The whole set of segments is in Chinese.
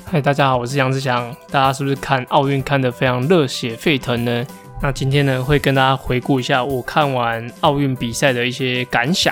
嗨，大家好，我是杨志祥。大家是不是看奥运看得非常热血沸腾呢？那今天呢，会跟大家回顾一下我看完奥运比赛的一些感想。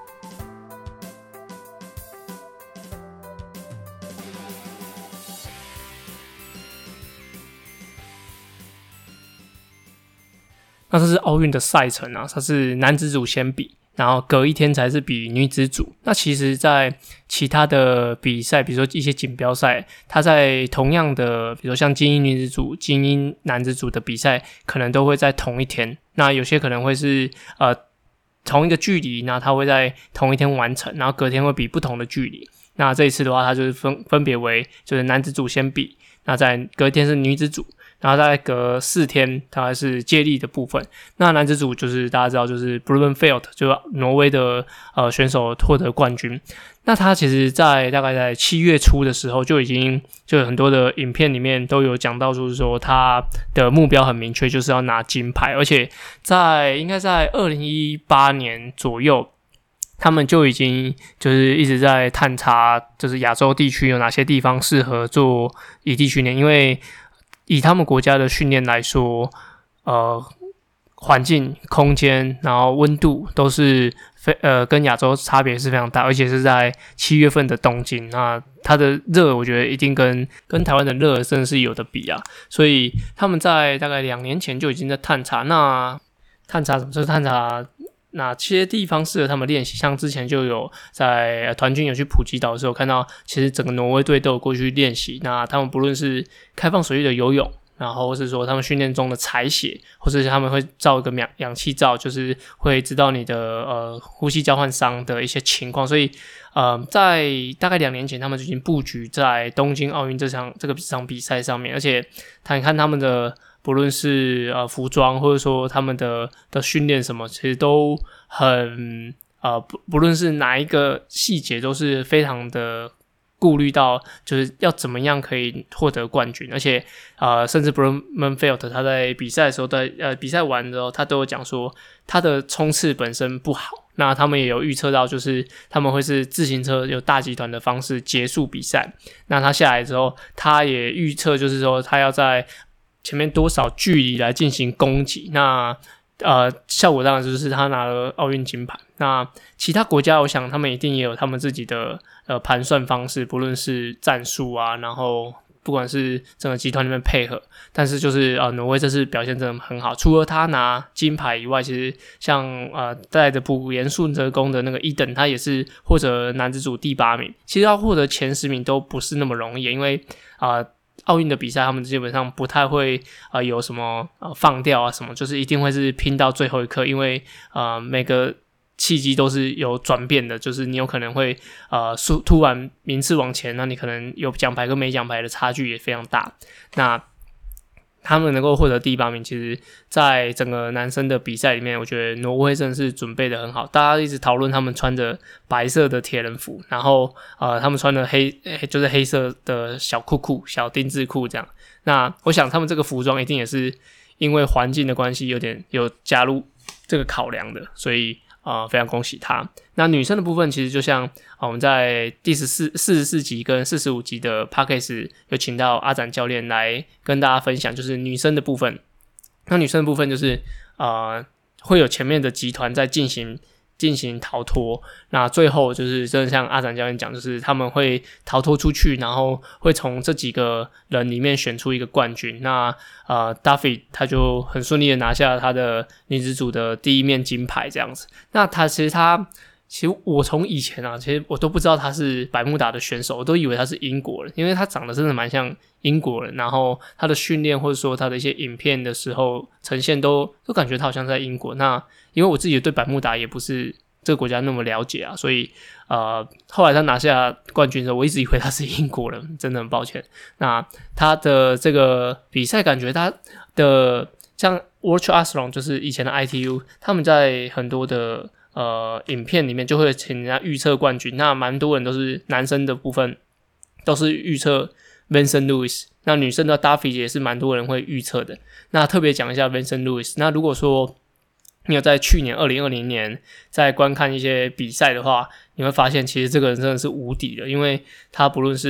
那这是奥运的赛程啊，它是男子组先比，然后隔一天才是比女子组。那其实在其他的比赛，比如说一些锦标赛，它在同样的比如说像精英女子组、精英男子组的比赛可能都会在同一天，那有些可能会是同一个距离，那它会在同一天完成，然后隔天会比不同的距离。那这一次的话，它就是分别为就是男子组先比，那在隔一天是女子组，然后大概隔4天大概是接力的部分。那男子组就是大家知道就是 Blummenfelt 就是挪威的选手获得冠军。那他其实大概在7月初的时候就已经就有很多的影片里面都有讲到，就是说他的目标很明确，就是要拿金牌，而且应该在2018年左右，他们就已经就是一直在探查，就是亚洲地区有哪些地方适合做异地训练，因为以他们国家的训练来说，环境、空间，然后温度都是跟亚洲差别是非常大，而且是在7月份的东京，那它的热，我觉得一定跟台湾的热真的是有的比啊，所以他们在大概2年前就已经在探查，那探查什么？就是探查哪些地方适合他们练习，像之前就有在团军有去普吉岛的时候看到，其实整个挪威队都有过去练习。那他们不论是开放水域的游泳，然后或是说他们训练中的采血，或者是他们会照一个氧气罩，就是会知道你的呼吸交换伤的一些情况。所以在大概2年前，他们就已经布局在东京奥运这场比赛上面，而且你看他们的。不论是服装或者说他们的训练什么，其实都很不论是哪一个细节都是非常的顾虑到，就是要怎么样可以获得冠军，而且甚至 Blummenfelt 他在比赛的时候，比赛完之后，他都有讲说他的冲刺本身不好，那他们也有预测到，就是他们会是自行车有大集团的方式结束比赛。那他下来之后，他也预测就是说他要在前面多少距离来进行攻击，那效果当然就是他拿了奥运金牌。那其他国家我想他们一定也有他们自己的盘算方式，不论是战术啊，然后不管是整个集团里面配合，但是就是挪威这次表现真的很好，除了他拿金牌以外，其实像带着普延顺泽宫的那个伊等，他也是获得男子组第8名，其实要获得前10名都不是那么容易，因为奥运的比赛他们基本上不太会有什么放掉啊什么，就是一定会是拼到最后一刻，因为每个契机都是有转变的，就是你有可能会突然名次往前，那你可能有奖牌跟没奖牌的差距也非常大。那他们能够获得第8名，其实在整个男生的比赛里面，我觉得挪威真的是准备的很好。大家一直讨论他们穿着白色的铁人服，然后他们穿的就是黑色的小裤、小丁字裤这样。那我想他们这个服装一定也是因为环境的关系有加入这个考量的，所以非常恭喜他。那女生的部分其实就像我们在第44集跟45集的 Podcast 有请到阿展教练来跟大家分享，就是女生的部分。那女生的部分就是会有前面的集团在进行逃脱，那最后就是真的像阿展教练讲，就是他们会逃脱出去，然后会从这几个人里面选出一个冠军。那Duffy 他就很顺利的拿下他的女子组的第1面金牌这样子。那其实我从以前其实我都不知道他是百慕达的选手，我都以为他是英国人，因为他长得真的蛮像英国人，然后他的训练或者说他的一些影片的时候呈现都感觉他好像在英国。那因为我自己对百慕达也不是这个国家那么了解所以后来他拿下冠军的时候，我一直以为他是英国人，真的很抱歉。那他的这个比赛感觉他的像 World Athlon 就是以前的 ITU， 他们在很多的影片里面就会请人家预测冠军，那蛮多人都是男生的部分都是预测 Vincent Luis， 那女生的 Duffy 也是蛮多人会预测的。那特别讲一下 Vincent Luis， 那如果说你有在去年2020年在观看一些比赛的话，你会发现其实这个人真的是无敌的，因为他不论是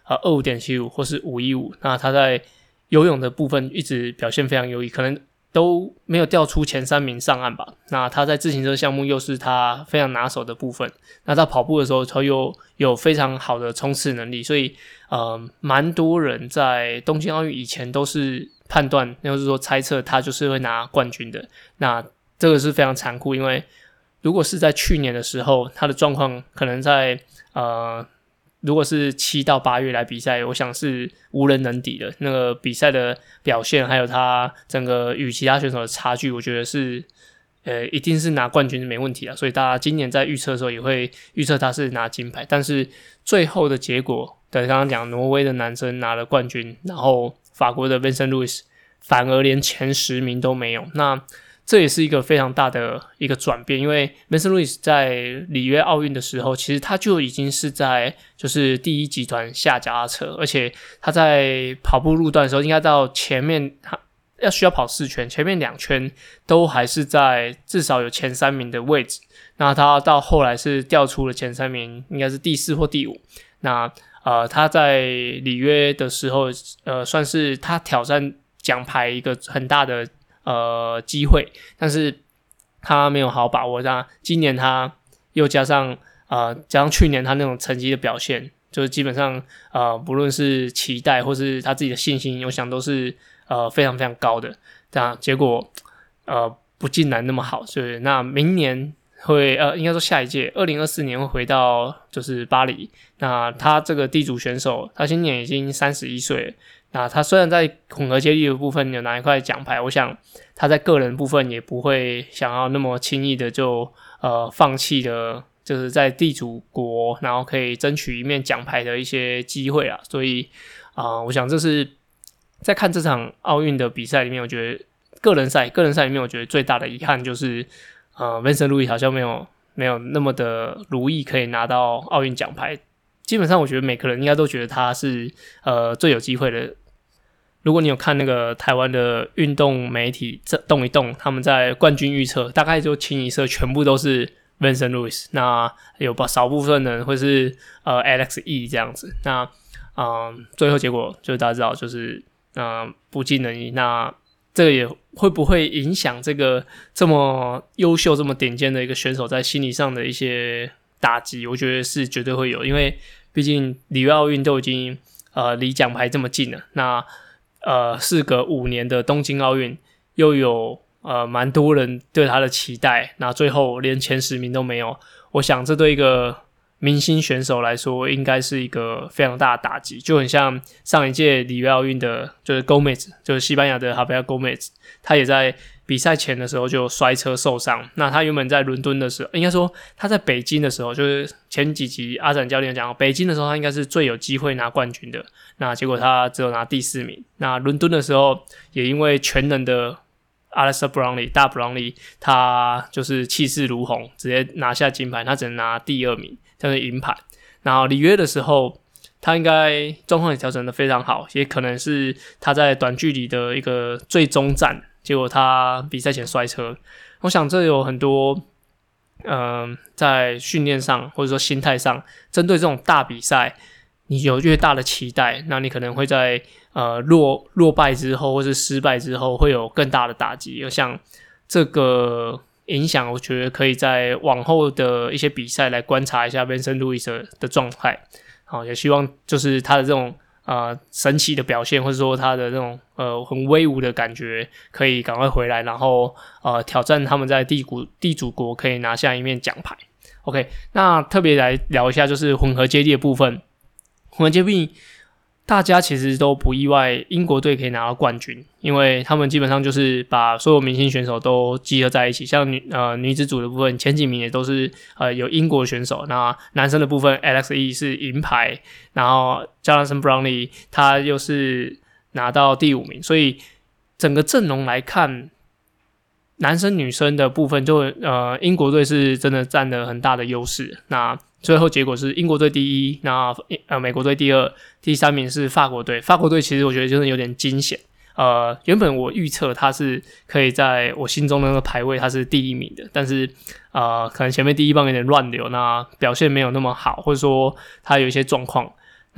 25.75 或是515，那他在游泳的部分一直表现非常优异，可能都没有掉出前3名上岸吧。那他在自行车项目又是他非常拿手的部分，那他跑步的时候他又有非常好的冲刺能力，所以蛮多人在东京奥运以前都是判断，就是说猜测他就是会拿冠军的。那这个是非常残酷，因为如果是在去年的时候，他的状况可能在如果是7到8月来比赛，我想是无人能敌的。那个比赛的表现，还有他整个与其他选手的差距，我觉得是一定是拿冠军是没问题的。所以大家今年在预测的时候也会预测他是拿金牌，但是最后的结果，对，刚刚讲挪威的男生拿了冠军，然后法国的 Vincent Luis 反而连前10名都没有。那这也是一个非常大的一个转变，因为 Vincent Luis 在里约奥运的时候，其实他就已经是在就是第一集团下脚踏车，而且他在跑步路段的时候，应该到前面他需要跑4圈，前面2圈都还是在至少有前3名的位置。那他到后来是掉出了前3名，应该是第4或第5。那他在里约的时候，算是他挑战奖牌一个很大的机会，但是他没有好把握。那今年他又加上去年他那种成绩的表现，就是基本上不论是期待或是他自己的信心，我想都是非常非常高的。但结果不尽然那么好，所以那明年会应该说下一届2024年会回到就是巴黎。那他这个地主选手，他今年已经31岁了。那他虽然在混合接力的部分有拿一块奖牌，我想他在个人部分也不会想要那么轻易的就放弃的，就是在地主国然后可以争取一面奖牌的一些机会啦。所以我想这是在看这场奥运的比赛里面，我觉得个人赛里面我觉得最大的遗憾就是Vincent Luis 好像没有那么的如意可以拿到奥运奖牌。基本上我觉得每个人应该都觉得他是最有机会的。如果你有看那个台湾的运动媒体动一动，他们在冠军预测大概就清一色全部都是 Vincent Luis， 那有少部分人会是Alex E 这样子。那最后结果就大家知道就是不尽人意。那这个也会不会影响这个这么优秀这么顶尖的一个选手在心理上的一些打击？我觉得是绝对会有，因为毕竟里约奥运都已经离奖牌这么近了，那事隔5年的东京奥运又有蛮多人对他的期待，那最后连前10名都没有，我想这对一个明星选手来说应该是一个非常大的打击。就很像上一届里约奥运的就是 Gomez， 就是西班牙的 Javier Gomez， 他也在比赛前的时候就摔车受伤。那他原本在伦敦的时候，应该说他在北京的时候，就是前几集阿展教练讲北京的时候他应该是最有机会拿冠军的，那结果他只有拿第4名。那伦敦的时候也因为全能的Alistair Brownlee 大 Brownlee 他就是气势如虹，直接拿下金牌，他只能拿第2名，这是银牌。然后里约的时候他应该状况也调整得非常好，也可能是他在短距离的一个最终战，结果他比赛前摔车。我想这有很多在训练上或者说心态上，针对这种大比赛你有越大的期待，那你可能会在落败之后或是失败之后会有更大的打击。我想这个影响我觉得可以在往后的一些比赛来观察一下 Vincent Luis 的状态。好，也希望就是他的这种神奇的表现，或者说他的那种很威武的感觉可以赶快回来，然后挑战他们在地主国可以拿下一面奖牌。 OK， 那特别来聊一下就是混合接力的部分。混合接力大家其实都不意外英国队可以拿到冠军，因为他们基本上就是把所有明星选手都集合在一起。像女子组的部分前几名也都是有英国选手，那男生的部分 Alex E 是银牌，然后 Jonathan Brownlee 他又是拿到第5名，所以整个阵容来看男生女生的部分就英国队是真的占了很大的优势。那最后结果是英国队第1，那美国队第2，第3名是法国队。法国队其实我觉得就是有点惊险。原本我预测他是可以在我心中的那个排位他是第1名的，但是可能前面第1棒有点乱流，那表现没有那么好，或者说他有一些状况。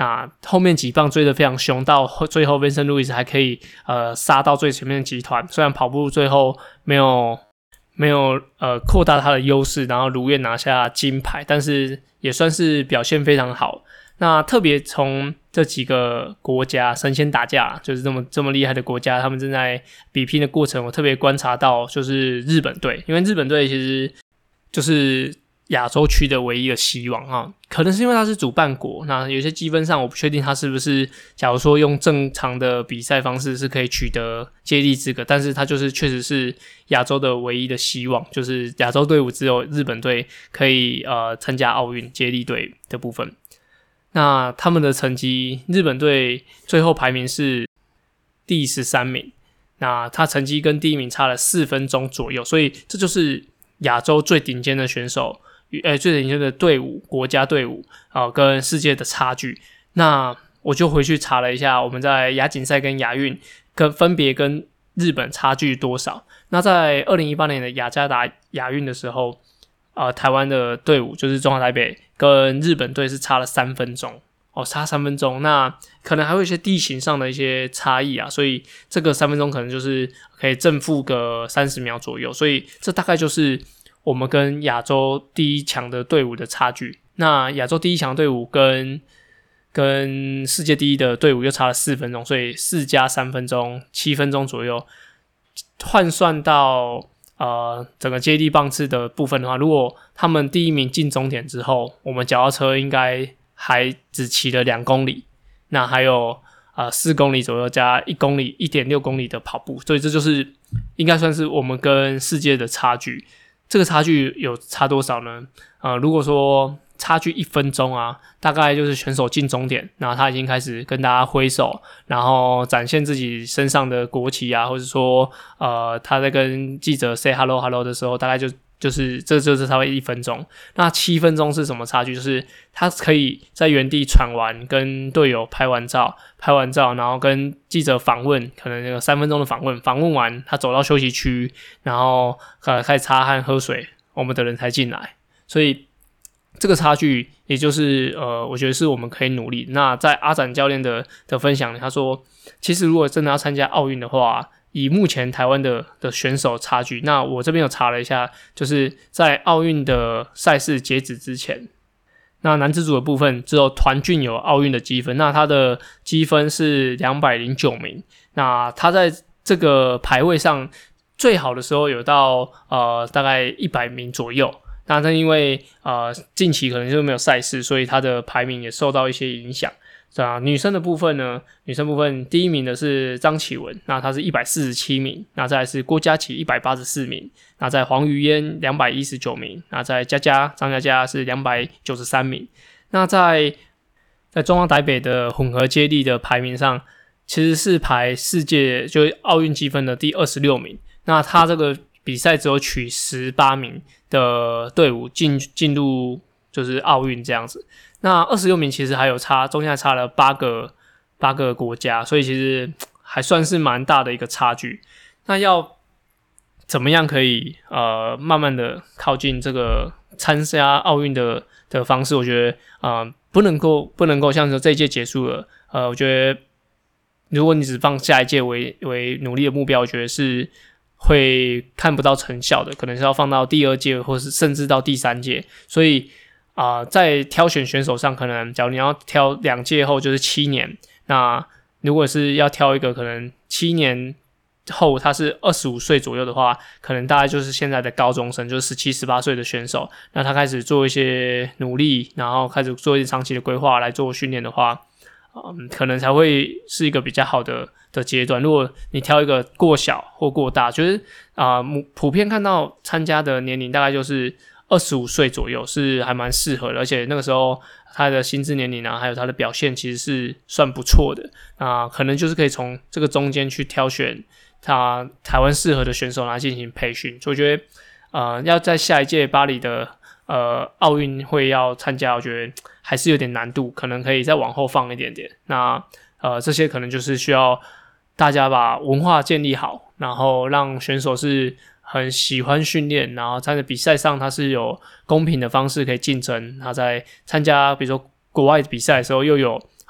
那后面几棒追得非常凶，到最后 Vincent Luis 还可以杀到最前面的集团，虽然跑步最后没有扩大他的优势，然后如愿拿下金牌，但是也算是表现非常好。那特别从这几个国家神仙打架，就是这么厉害的国家，他们正在比拼的过程，我特别观察到就是日本队，因为日本队其实就是亚洲区的唯一的希望啊，可能是因为它是主办国，那有些积分上我不确定它是不是，假如说用正常的比赛方式是可以取得接力资格，但是它就是确实是亚洲的唯一的希望，就是亚洲队伍只有日本队可以参加奥运接力队的部分。那他们的成绩，日本队最后排名是第13名，那他成绩跟第一名差了4分钟左右，所以这就是亚洲最顶尖的选手最顶尖的队伍，国家队伍跟世界的差距。那我就回去查了一下，我们在亚锦赛跟亚运分别跟日本差距多少。那在2018年的雅加达亚运的时候，台湾的队伍就是中华台北跟日本队是差了3分钟差3分钟，那可能还会有一些地形上的一些差异啊，所以这个3分钟可能就是可以正负个30秒左右，所以这大概就是我们跟亚洲第一强的队伍的差距。那亚洲第一强队伍跟世界第一的队伍又差了4分钟，所以4加3分钟7分钟左右，换算到整个接力棒次的部分的话，如果他们第一名进终点之后，我们脚踏车应该还只骑了2公里，那还有4公里左右加1公里 1.6 公里的跑步，所以这就是应该算是我们跟世界的差距。这个差距有差多少呢？如果说差距1分钟大概就是选手进终点，然后他已经开始跟大家挥手，然后展现自己身上的国旗或者说他在跟记者 say hello hello 的时候，大概就是这就是差不多1分钟。那7分钟是什么差距？就是他可以在原地喘完，跟队友拍完照，然后跟记者访问，可能有3分钟的访问完，他走到休息区，然后开始擦汗喝水，我们的人才进来。所以这个差距，也就是我觉得是我们可以努力。那在阿展教练的分享，他说，其实如果真的要参加奥运的话，以目前台湾的选手差距，那我这边有查了一下，就是在奥运的赛事截止之前，那男子组的部分只有团俊有奥运的积分，那他的积分是209名，那他在这个排位上最好的时候有到大概100名左右。那因为近期可能就没有赛事，所以他的排名也受到一些影响。女生的部分呢，第一名的是张启文，那他是147名，那再来是郭嘉琪184名，那在黄瑜嫣219名，那在张嘉佳是293名。那在中央台北的混合接力的排名上，其实是排世界就是奥运积分的第26名。那他这个比赛只有取18名的队伍进入就是奥运这样子。那26名其实还有中间还差了八个国家，所以其实还算是蛮大的一个差距。那要怎么样可以慢慢的靠近这个参加奥运的方式？我觉得不能够像说这一届结束了，我觉得如果你只放下一届为努力的目标，我觉得是会看不到成效的，可能是要放到第2届或是甚至到第3届。所以在挑选选手上，可能假如你要挑2届后就是7年，那如果是要挑一个可能7年后他是25岁左右的话，可能大概就是现在的高中生，就是17、18岁的选手，那他开始做一些努力，然后开始做一些长期的规划来做训练的话，可能才会是一个比较好的阶段。如果你挑一个过小或过大，就是普遍看到参加的年龄大概就是25岁左右是还蛮适合的，而且那个时候他的心智年龄还有他的表现其实是算不错的。可能就是可以从这个中间去挑选他台湾适合的选手来进行培训。所以我觉得要在下一届巴黎的奥运会要参加，我觉得还是有点难度，可能可以再往后放一点点。那这些可能就是需要大家把文化建立好，然后让选手是很喜欢训练，然后在比赛上他是有公平的方式可以竞争。他在参加比如说国外比赛的时候又有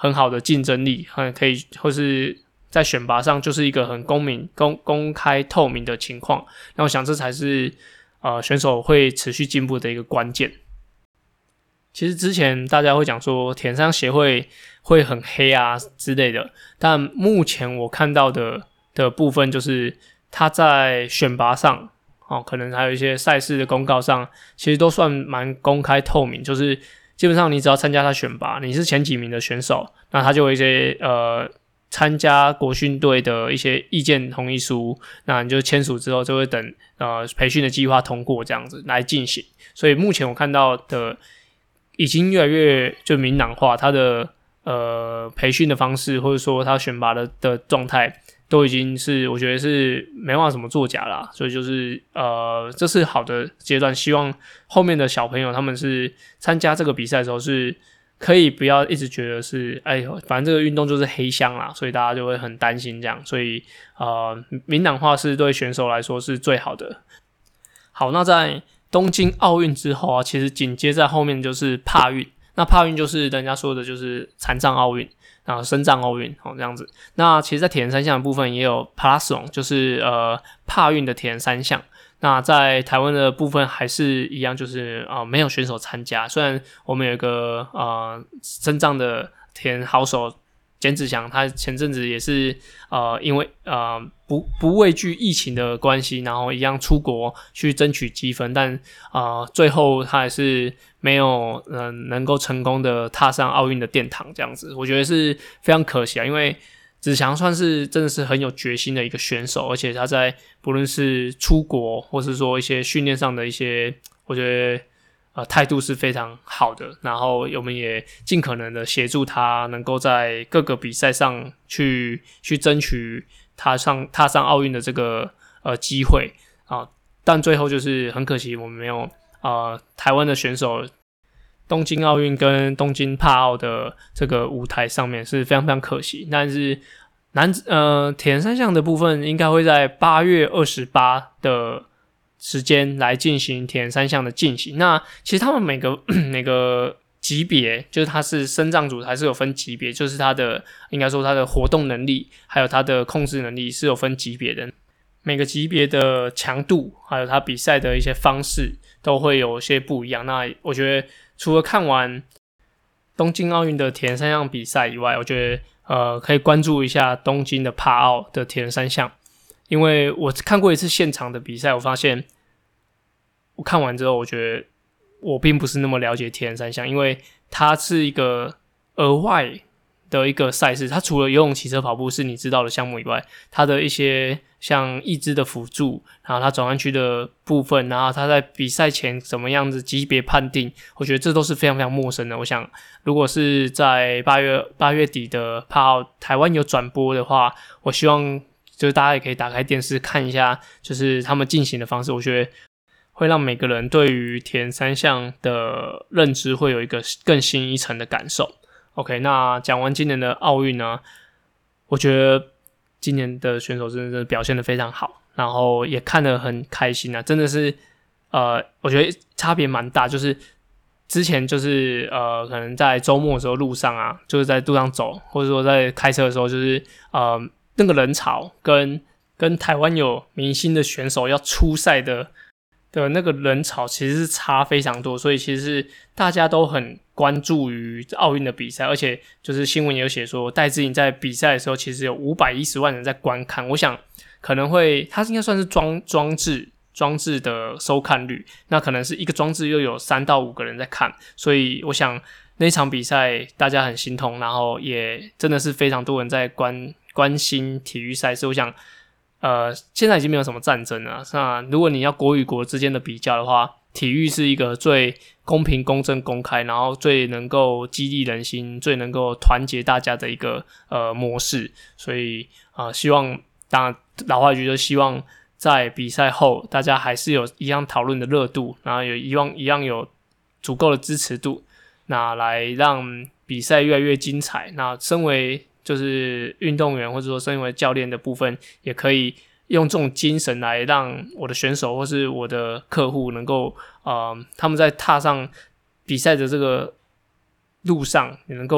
很好的竞争力，可以或是在选拔上就是一个很公开透明的情况。那我想这才是选手会持续进步的一个关键。其实之前大家会讲说铁人三项协会会很黑啊之类的，但目前我看到的部分就是他在选拔上可能还有一些赛事的公告上，其实都算蛮公开透明，就是基本上你只要参加他选拔，你是前几名的选手，那他就有一些参加国训队的一些意见同意书，那你就签署之后就会等培训的计划通过这样子来进行。所以目前我看到的已经越来越就明朗化，他的培训的方式或者说他选拔的状态都已经是我觉得是没办法怎么作假啦，所以就是这是好的阶段，希望后面的小朋友他们是参加这个比赛的时候是可以不要一直觉得是反正这个运动就是黑箱啦，所以大家就会很担心这样，所以明朗化是对选手来说是最好的。好，那在东京奥运之后啊，其实紧接在后面就是帕运，那帕运就是人家说的就是残障奥运，然后身障奥运这样子。那其实在铁人三项的部分也有 Palason， 就是帕运的铁人三项。那在台湾的部分还是一样，就是没有选手参加。虽然我们有一个身障的铁人好手简子祥，他前阵子也是因为不畏惧疫情的关系，然后一样出国去争取积分，但最后他还是没有能够成功的踏上奥运的殿堂这样子，我觉得是非常可惜啊，因为子祥算是真的是很有决心的一个选手，而且他在不论是出国或是说一些训练上的一些，我觉得态度是非常好的，然后我们也尽可能的协助他能够在各个比赛上去争取踏上奥运的这个机会但最后就是很可惜我们没有台湾的选手东京奥运跟东京帕奥的这个舞台上面是非常非常可惜，但是铁人三项的部分应该会在8月28的时间来进行铁人三项的进行。那其实他们每个级别，就是他是身障组还是有分级别，就是他的应该说他的活动能力还有他的控制能力是有分级别的，每个级别的强度还有他比赛的一些方式都会有些不一样。那我觉得除了看完东京奥运的铁人三项比赛以外，我觉得可以关注一下东京的帕奥的铁人三项，因为我看过一次现场的比赛，我发现我看完之后，我觉得我并不是那么了解铁人三项，因为它是一个额外的一个赛事，它除了游泳、骑车、跑步是你知道的项目以外，它的一些像义肢的辅助，然后它转弯区的部分，然后它在比赛前怎么样子级别判定，我觉得这都是非常非常陌生的。我想如果是在8月底的帕奥台湾有转播的话，我希望就是大家也可以打开电视看一下，就是他们进行的方式，我觉得会让每个人对于铁人三项的认知会有一个更新一层的感受。OK， 那讲完今年的奥运呢，我觉得今年的选手真的表现得非常好，然后也看得很开心啊，真的是我觉得差别蛮大，就是之前就是可能在周末的时候路上啊，就是在路上走，或者说在开车的时候，就是那个人潮跟台湾有明星的选手要出赛的那个人潮其实是差非常多，所以其实是大家都很关注于奥运的比赛，而且就是新闻也有写说戴资颖在比赛的时候其实有510万人在观看，我想可能会它应该算是装置的收看率，那可能是一个装置又有3到5个人在看，所以我想那场比赛大家很心痛，然后也真的是非常多人在关心体育赛事，我想现在已经没有什么战争了。那如果你要国与国之间的比较的话，体育是一个最公平、公正、公开，然后最能够激励人心、最能够团结大家的一个模式。所以希望当然老话一句，就希望在比赛后大家还是有一样讨论的热度，然后一样有足够的支持度，那来让比赛越来越精彩。那身为就是运动员或者说身为教练的部分，也可以用这种精神来让我的选手或是我的客户能够他们在踏上比赛的这个路上也能够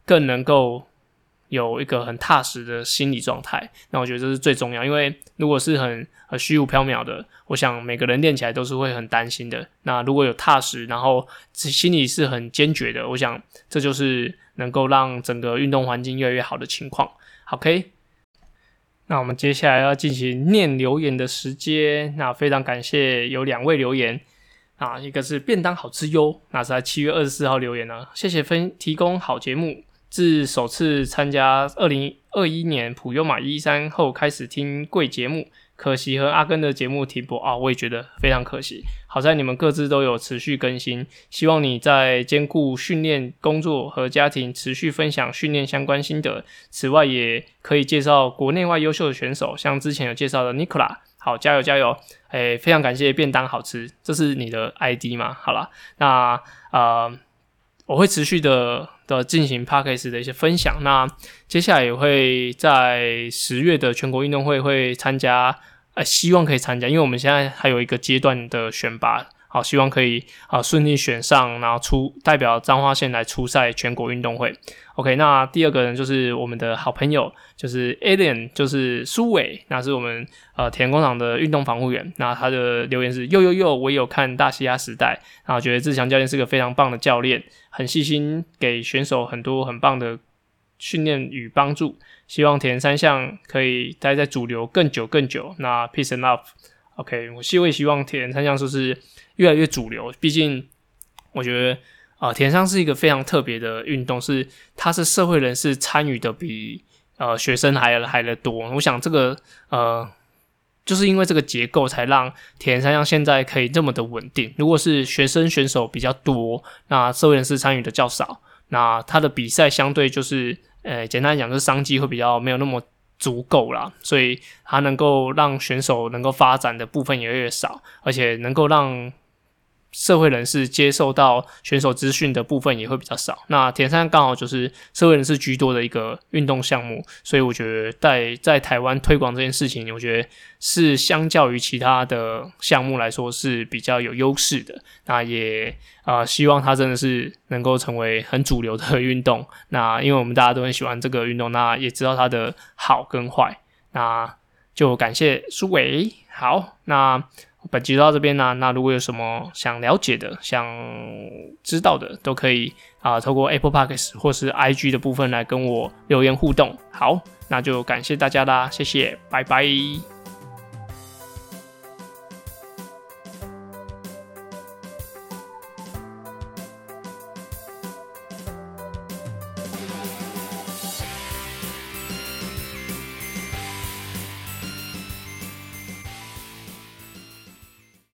更能够有一个很踏实的心理状态。那我觉得这是最重要，因为如果是很虚无缥缈的，我想每个人练起来都是会很担心的。那如果有踏实，然后心里是很坚决的，我想这就是能够让整个运动环境越来越好的情况。OK， 那我们接下来要进行念留言的时间。那非常感谢有2位留言。一个是便当好吃哟，那是在7月24号留言呢，谢谢提供好节目。自首次参加2021年普悠玛113后开始听贵节目，可惜和阿根的节目停播我也觉得非常可惜。好在你们各自都有持续更新，希望你在兼顾训练、工作和家庭持续分享训练相关心得。此外，也可以介绍国内外优秀的选手，像之前有介绍的 Nicola。好，加油加油！非常感谢便当好吃，这是你的 ID 吗？好啦，那我会持续的进行 Podcast 的一些分享。那接下来也会在10月的全国运动会会参加，希望可以参加，因为我们现在还有一个阶段的选拔。好，希望可以顺利选上，然后代表彰化县来出赛全国运动会。OK， 那第二个人就是我们的好朋友，就是 Alien， 就是苏伟，那是我们田工厂的运动防护员。那他的留言是又，我也有看大西亚时代，然后觉得志强教练是个非常棒的教练，很细心，给选手很多很棒的训练与帮助。希望田三项可以待在主流更久。那 peace and love。OK， 我也希望田三项就是越来越主流，毕竟我觉得田三是一个非常特别的运动，它是社会人士参与的比学生还来多。我想这个就是因为这个结构才让田三项现在可以这么的稳定。如果是学生选手比较多，那社会人士参与的较少，那他的比赛相对就是简单来讲就是商机会比较没有那么足够啦，所以它能够让选手能够发展的部分也越少，而且能够让社会人士接受到选手资讯的部分也会比较少。那田三刚好就是社会人士居多的一个运动项目，所以我觉得在台湾推广这件事情，我觉得是相较于其他的项目来说是比较有优势的。那也希望它真的是能够成为很主流的运动。那因为我们大家都很喜欢这个运动，那也知道它的好跟坏，那就感谢苏伟。好，那本集就到这边啦。那如果有什么想了解的、想知道的，都可以透过 Apple Podcast 或是 IG 的部分来跟我留言互动。好，那就感谢大家啦，谢谢，拜拜。